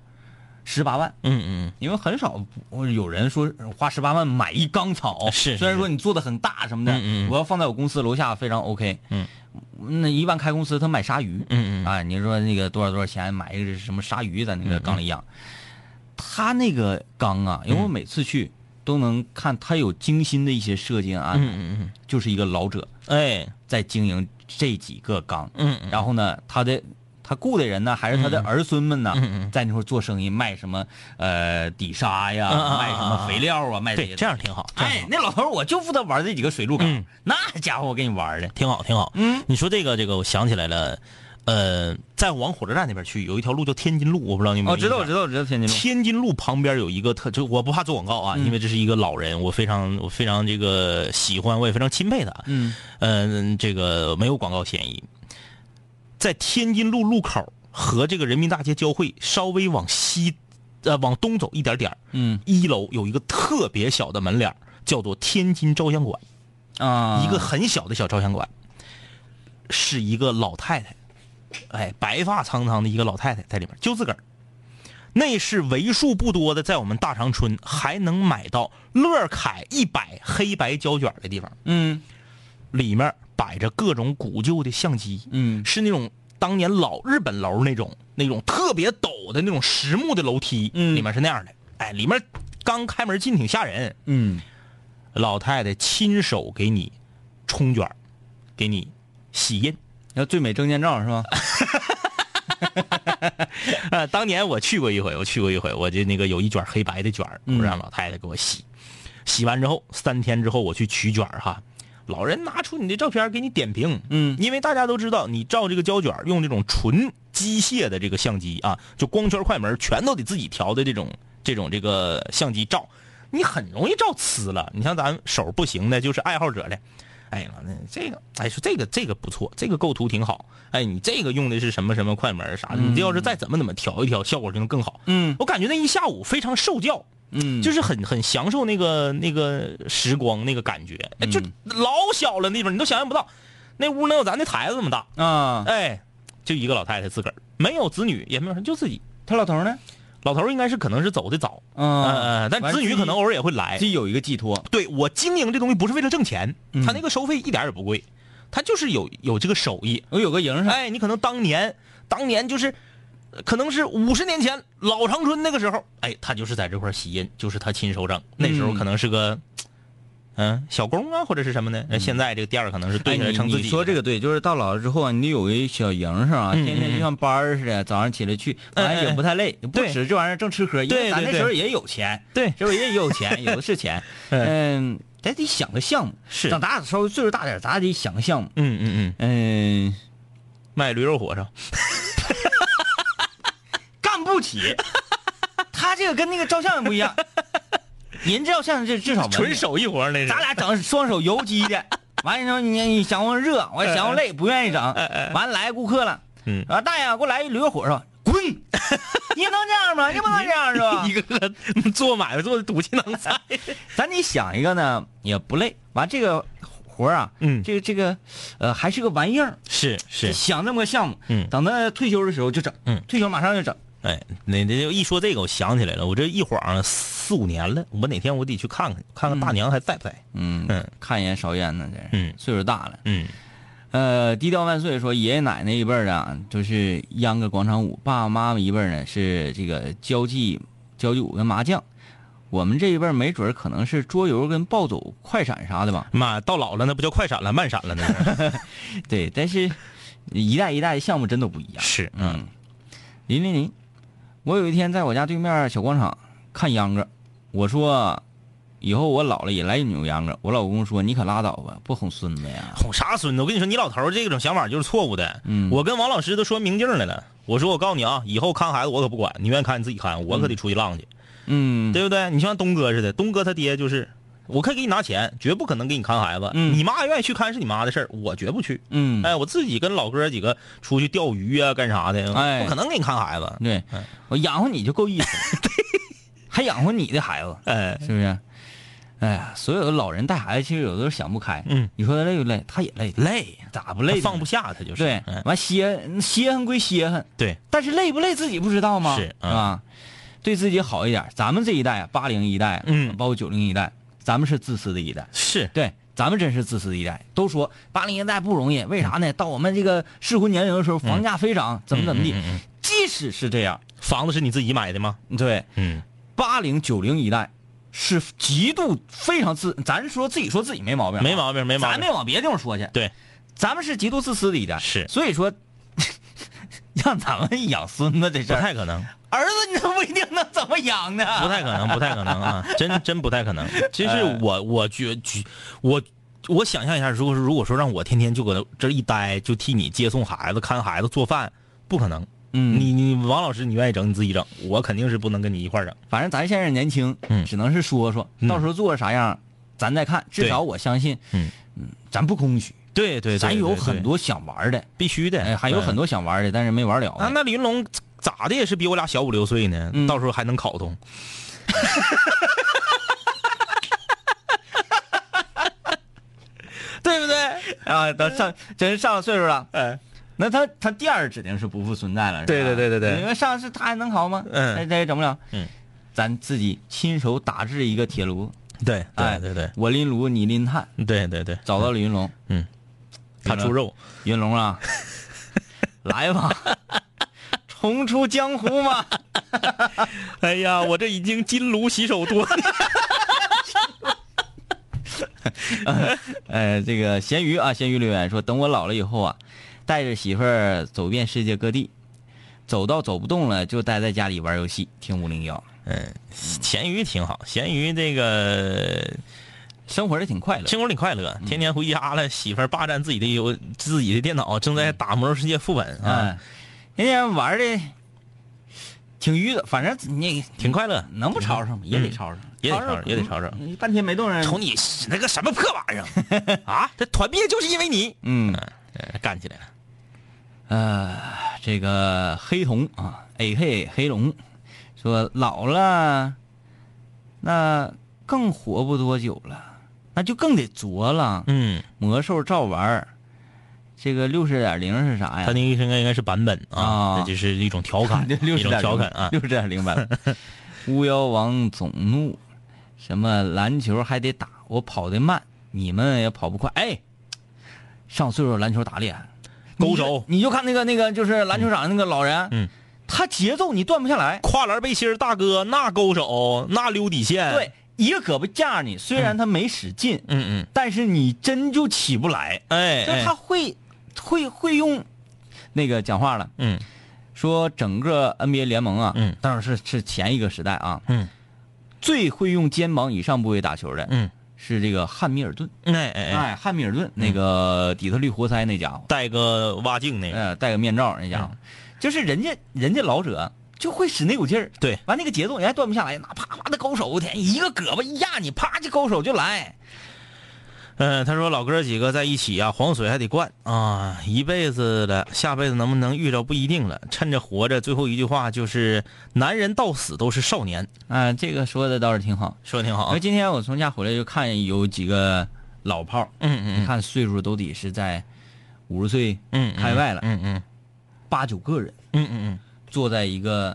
18万，因为很少有人说花18万买一缸草， 是， 虽然说你做的很大什么的，我要放在我公司楼下非常 OK，那一般开公司他买鲨鱼，啊，你说那个多少钱买一个什么鲨鱼在那个缸里养，他那个缸啊，因为我每次去都能看他有精心的一些设计安排，就是一个老者在经营这几个缸，然后呢他雇的人呢，还是他的儿孙们呢，在那块做生意，卖什么底沙呀，卖什么肥料啊，卖这些。 对，这样挺好。 哎，那老头我就负责玩这几个水陆缸，那家伙我给你玩的挺好，挺好。你说这个，我想起来了，再往火车站那边去，有一条路叫天津路，我不知道你们。 知道天津路。 天津路旁边有一个就我不怕做广告啊，因为这是一个老人，我非常这个喜欢，我也非常钦佩他。这个没有广告嫌疑。在天津路路口和这个人民大街交汇，稍微往东走一点点，1楼有一个特别小的门脸，叫做天津照相馆，一个很小的小照相馆，是一个老太太，哎，白发苍苍的一个老太太在里面，就自个儿。那是为数不多的在我们大长春还能买到乐凯100黑白胶卷的地方。里面摆着各种古旧的相机，是那种当年老日本楼那种特别陡的那种实木的楼梯，里面是那样的，哎，里面刚开门进挺吓人，老太太亲手给你冲卷，给你洗印， 要最美证件照是吧？ 当年我去过一回，我就那个有一卷黑白的卷，我让老太太给我洗，洗完之后3天之后我去取卷哈。老人拿出你的照片给你点评，因为大家都知道，你照这个胶卷用这种纯机械的这个相机啊，就光圈快门全都得自己调的这种这个相机照，你很容易照呲了。你像咱手不行的，就是爱好者的，哎，这个，哎，说这个不错，这个构图挺好，哎，你这个用的是什么什么快门啥的，你这要是再怎么调一调，效果就能更好。我感觉那一下午非常受教。就是很享受那个时光那个感觉，就老小了那边，你都想象不到，那屋能有咱那台子那么大啊！哎，就一个老太太自个儿，没有子女，也没有人，就自己。 他老头呢？ 老头应该是可能是走的早，但子女可能偶尔也会来， 自己有一个寄托。 对，我经营这东西不是为了挣钱，他那个收费一点也不贵，他就是有这个手艺， 有个营生。 哎，你可能当年就是。可能是50年前老长春那个时候，哎，他就是在这块洗印，就是他亲手整。那时候可能是个，小工啊，或者是什么呢？现在这个店可能是对起来称自己。 你说这个对，就是到老了之后啊，你得有一小营生啊，天天就像班儿似的，早上起来去，反正也不太累，不吃这玩意儿正吃喝。因为咱那时候也有钱， 对， 这不也有钱，有的是钱。 咱得想个项目。 是， 等咱俩稍微岁数大点，咱俩得想个项目。 卖驴肉火烧， 干不起。他这个跟那个照相也不一样，人照相这至少纯手艺活那是。 咱俩整双手油机的，完了之后你想我热，我想我累，不愿意整。完了来顾客了，大爷给我来一驴肉火烧，滚！你能这样吗？你不能这样是吧？ 一个个做买卖做的赌气能菜。 咱得想一个呢，也不累。完这个活啊，这个还是个玩意儿。 是， 想这么个项目，等他退休的时候就整，退休马上就整。 哎，那就一说这个，我想起来了，我这一晃4、5年了，我哪天我得去看看大娘还在不在。 看一眼少烟呢，这岁数大了。 低调万岁说爷爷奶奶一辈的啊，就是秧歌广场舞；爸爸妈妈一辈呢是这个交际舞跟麻将。我们这一辈没准可能是桌游跟暴走、快闪啥的吧。 妈，到老了那不叫快闪了，慢闪了呢。 对，但是一代一代的项目真都不一样。 是， 林，我有一天在我家对面小广场看秧歌，我说以后我老了也来扭秧歌。我老公说你可拉倒吧，不哄孙子呀。 哄啥孙子？我跟你说，你老头这种想法就是错误的。我跟王老师都说明镜来了，我说我告诉你啊，以后看孩子我可不管，你愿意看你自己看，我可得出去浪去。对不对？你像东哥似的，东哥他爹就是，我可以给你拿钱，绝不可能给你看孩子。你妈愿意去看是你妈的事儿，我绝不去。我自己跟老哥几个出去钓鱼啊，干啥的，不可能给你看孩子。 对，我养活你就够意思了，还养活你的孩子，是不是？哎呀，所有的老人带孩子，其实有的时候想不开。你说他累不累？他也累，咋不累？ 放不下他就是。 对，完歇恨归歇恨， 对， 但是累不累自己不知道吗？ 是吧？对自己好一点。咱们这一代啊，80一代，包括90一代，咱们是自私的一代。 是对，咱们真是自私的一代。都说80一代不容易，为啥呢？到我们这个适婚年龄的时候，房价飞涨，怎么地？即使是这样， 房子是你自己买的吗？ 对，80、90一代是极度非常咱说自己没毛病， 没毛病， 咱没往别的地方说去。 对， 咱们是极度自私的一代。 是， 所以说让咱们养孙子这事儿不太可能。 儿子你都不一定能怎么养呢？ 不太可能啊，真不太可能。其实我想象一下，如果说让我天天就搁这一待，就替你接送孩子、看孩子、做饭，不可能。你王老师你愿意整你自己整，我肯定是不能跟你一块整。 反正咱现在年轻，只能是说，到时候做啥样咱再看。至少我相信，咱不空虚。 对， 咱有很多想玩的， 必须的， 还有很多想玩的，但是没玩了。 那李云龙咋的也是比我俩小5、6岁呢，到时候还能考通。对不对啊？等真上了岁数了，那他第二指定是不复存在了。 对， 因为上次他还能考吗？那也整不了。咱自己亲手打制一个铁炉。 对， 我拎炉，你拎炭。 对， 找到了云龙。 他出肉。 云龙啊，来吧，重出江湖嘛。 哎呀，我这已经金炉洗手多年。 这个咸鱼留言说，等我老了以后啊，带着媳妇儿走遍世界各地，走到走不动了就待在家里玩游戏，听501。 咸鱼挺好，咸鱼这个生活也挺快乐， 天天回家了，媳妇儿霸占自己的电脑，正在打魔兽世界副本啊， 天天玩的挺愉的，反正你挺快乐， 能不吵吵吗？也得吵吵， 也得吵吵。 半天没动人， 瞅你那个什么破玩意儿啊！这团灭就是因为你，干起来了。 这个黑瞳啊 ，AK 黑龙说老了，那更活不多久了，那就更得作了。魔兽照玩。这个60.0是啥呀？ 他那个应该是版本啊，那就是一种调侃，一种调侃啊。 60.0版本。巫妖王总怒，什么篮球还得打，我跑得慢，你们也跑不快。上岁数篮球打厉害， 勾手， 你就看那个就是篮球场那个老人，他节奏你断不下来， 跨栏背心大哥那勾手那溜底线， 对，一个胳膊架你，虽然他没使劲，但是你真就起不来，就他会用那个讲话了，说整个 NBA 联盟啊，当然是前一个时代啊，最会用肩膀以上部位打球的， 是这个汉密尔顿。汉密尔顿那个底特律活塞那家伙， 戴个蛙镜那个， 戴个面罩那家伙，就是人家老者就会使那股劲儿。 对， 完那个节奏你还断不下来，那啪啪的勾手，天，一个胳膊一压你，啪就勾手就来。 他说老哥几个在一起啊，黄水还得灌啊，一辈子了，下辈子能不能遇着不一定了。趁着活着，最后一句话就是男人到死都是少年啊，这个说的倒是挺好， 说的挺好。 因为今天我从家回来就看有几个老炮，你看岁数都得是在50岁开外了，8、9个人，坐在一个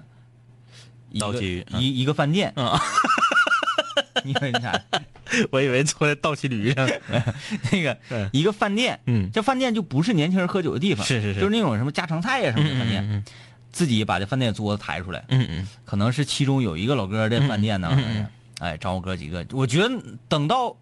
饭店，你以为啥？ 我以为坐在倒骑驴上， 那个一个饭店，这饭店就不是年轻人喝酒的地方， 是， 就是那种什么家常菜呀什么的饭店，自己把这饭店桌子抬出来，可能是其中有一个老哥的饭店呢，招呼哥几个，我觉得等到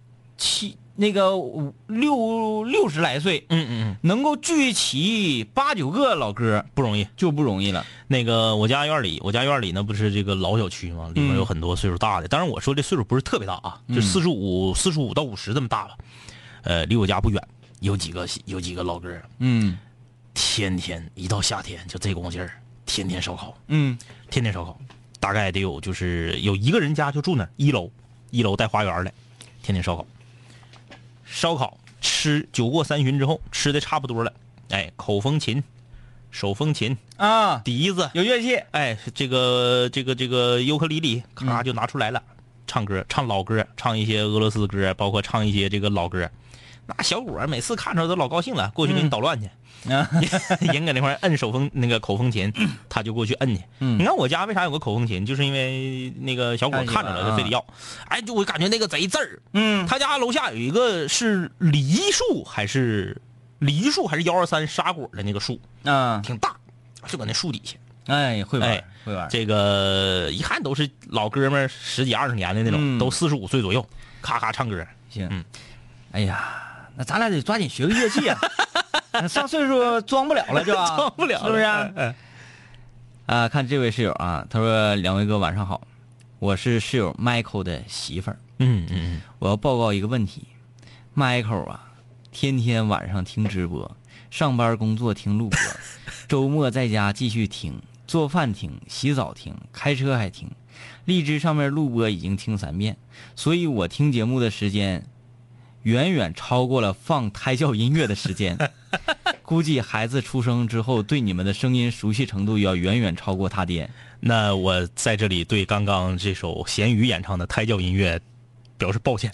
60来岁，能够聚齐8、9个老哥不容易， 就不容易了。 那个我家院里呢不是这个老小区吗？里面有很多岁数大的，当然我说这岁数不是特别大啊，就45到50这么大吧。离我家不远有几个老哥，天天一到夏天就这功夫劲儿，天天烧烤，天天烧烤，大概得有就是有一个人家就住那儿1楼带花园的，天天烧烤。烧烤吃酒过3巡之后，吃的差不多了，口风琴、手风琴啊， 笛子有乐器， 这个尤克里里，咔就拿出来了，唱歌，唱老歌，唱一些俄罗斯歌，包括唱一些这个老歌。那小伙每次看着都老高兴了，过去给你捣乱去。人搁那块摁口风琴，他就过去摁去。你看我家为啥有个口风琴，就是因为那个小伙看着了就非得要。就我感觉那个贼字儿。他家楼下有一个是梨树还是123沙果的那个树啊，挺大，就搁那树底下。 会玩。 这个一看都是老哥们，10几20年的那种，都45岁左右，咔咔唱歌。 行，哎呀，那咱俩得抓紧学个乐器啊。上岁数装不了了，就装不了， 是不是？看这位室友啊，他说：“2位哥晚上好，我是室友 Michael 的媳妇儿。我要报告一个问题 ，Michael 啊，天天晚上听直播，上班工作听录播，周末在家继续听，做饭听，洗澡听，开车还听，荔枝上面录播已经听3遍，所以我听节目的时间远远超过了放胎教音乐的时间。”估计孩子出生之后，对你们的声音熟悉程度要远远超过他爹。 那我在这里对刚刚这首咸鱼演唱的胎教音乐表示抱歉。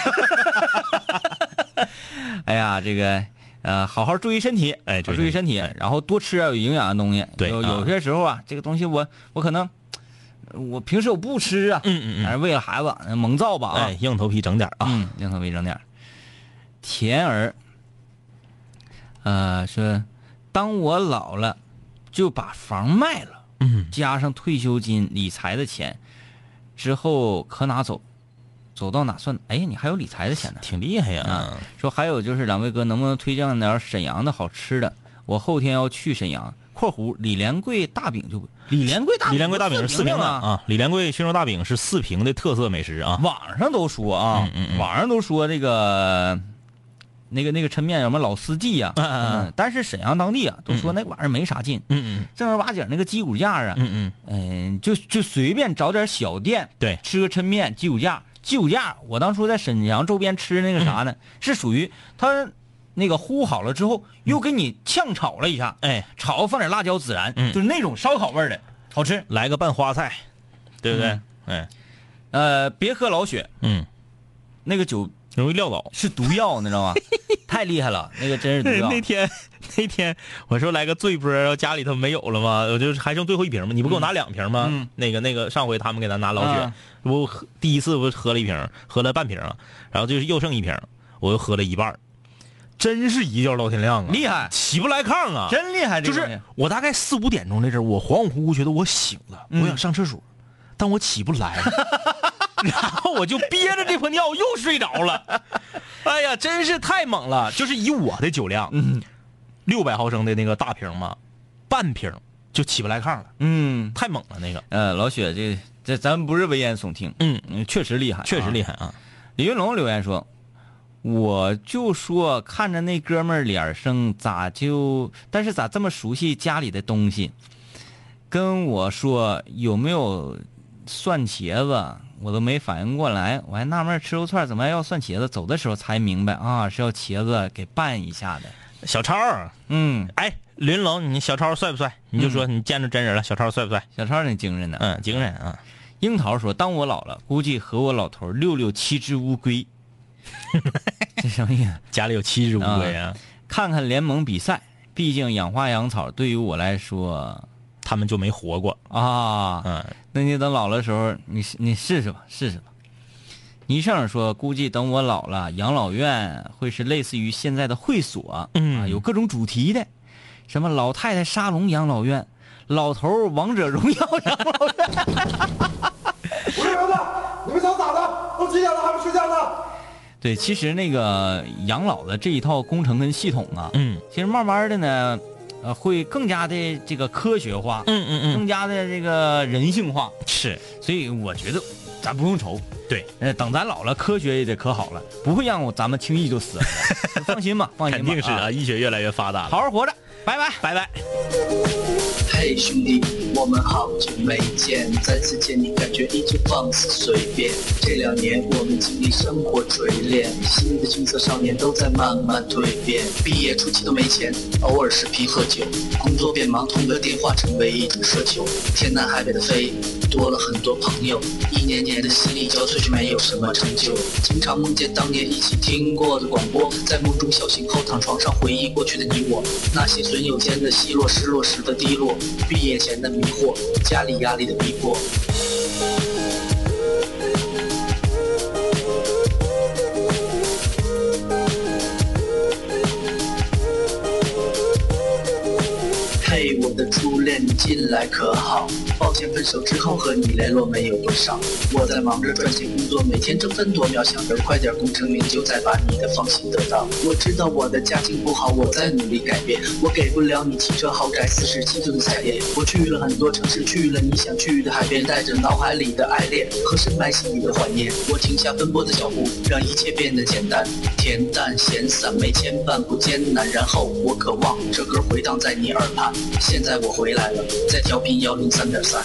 哎呀，这个好好注意身体，注意身体，然后多吃点有营养的东西。 对， 有些时候啊，这个东西我可能我平时我不吃啊，还是为了孩子猛造吧硬头皮整点啊， 硬头皮整点。田儿。说，当我老了，就把房卖了，加上退休金、理财的钱，之后可哪走？走到哪算？你还有理财的钱呢， 挺厉害呀！ 说还有就是2位哥能不能推荐点沈阳的好吃的？我后天要去沈阳（括弧李连贵大饼就李连贵大饼是4平啊，李连贵熏肉大饼是4平的特色美食啊。 网上都说啊，网上都说这个。那个抻面什么老四季呀，但是沈阳当地啊都说那玩意儿没啥劲，正儿八经那个鸡骨架啊，就随便找点小店， 对， 吃个抻面鸡骨架，我当初在沈阳周边吃那个啥呢，是属于他那个烀好了之后又给你炝炒了一下，炒放点辣椒孜然，就是那种烧烤味的，好吃， 来个拌花菜，对不对？ 别喝老雪，那个酒。 容易撂倒， 是毒药，你知道吗？太厉害了，那个真是毒药。 那天我说来个醉波，然后家里头没有了吗？我就还剩最后1瓶嘛，你不给我拿2瓶吗？那个上回他们给咱拿老雪，我第一次我喝了1瓶，喝了半瓶啊，然后就是又剩1瓶，我又喝了一半，真是一觉到天亮啊， 厉害， 起不来炕啊， 真厉害。 就是我大概4、5点钟那阵，我恍恍惚惚觉得我醒了，我想上厕所，但我起不来。然后我就憋着这泡尿又睡着了，哎呀，真是太猛了！就是以我的酒量，600毫升的那个大瓶嘛，半瓶就起不来炕了，太猛了那个。 老雪这咱不是危言耸听， 确实厉害，确实厉害啊。 李云龙留言说，我就说看着那哥们儿脸生但是咋这么熟悉家里的东西，跟我说有没有蒜茄子，我都没反应过来，我还纳闷吃肉串怎么还要蒜茄子，走的时候才明白啊，是要茄子给拌一下的。 小超，哎，林龙，你小超帅不帅？你就说你见着真人了，小超帅不帅？ 小超挺精神的， 精神啊。 樱桃说，当我老了，估计和我老头遛遛7只乌龟。这什么意思？ 家里有7只乌龟啊？ 看看联盟比赛，毕竟养花养草对于我来说， 他们就没活过啊。那你等老了的时候，你试试吧。倪胜说，估计等我老了，养老院会是类似于现在的会所，有各种主题的，什么老太太沙龙养老院，老头王者荣耀养老院。 我说儿子，你们想咋的？都几点了还不睡觉呢？ 对，其实那个养老的这一套工程跟系统啊，其实慢慢的呢，会更加的这个科学化，更加的这个人性化。 是， 所以我觉得咱不用愁。 对， 等咱老了，科学也得可好了，不会让咱们轻易就死了。放心吧，放心吧， 肯定是啊，医学越来越发达了， 好好活着，拜拜， 拜拜。 嘿，兄弟，我们好久没见，再次见你感觉依旧放肆随便。这2年我们经历生活锤炼，新的青涩少年都在慢慢蜕变。毕业初期都没钱，偶尔视频喝酒，工作变忙，通个电话成为一种奢求。天南海北的飞，多了很多朋友，一年年的洗礼交瘁却没有什么成就。经常梦见当年一起听过的广播，在梦中小醒后躺床上回忆过去的你我，那些损友间的奚落，失落时的低落，毕业前的迷惑，家里压力的逼迫。嘿，我的初恋，你近来可好？抱歉，分手之后和你联络没有多少。我在忙着赚钱工作，每天争分夺秒，想着快点功成名就，再把你的芳心得到。我知道我的家境不好，我在努力改变。我给不了你汽车豪宅，47寸的彩电。我去了很多城市，去了你想去的海边，带着脑海里的爱恋和深埋心里的怀念。我停下奔波的脚步，让一切变得简单，恬淡闲散，没牵绊不艰难。然后我渴望这歌回荡在你耳畔。现在我回来了，在调频103.3。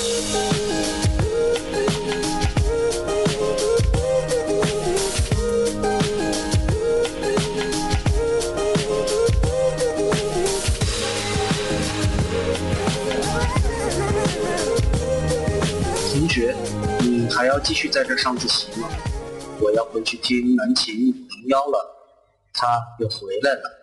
同学，你还要继续在这上自习吗？我要回去听南琴501了，他又回来了。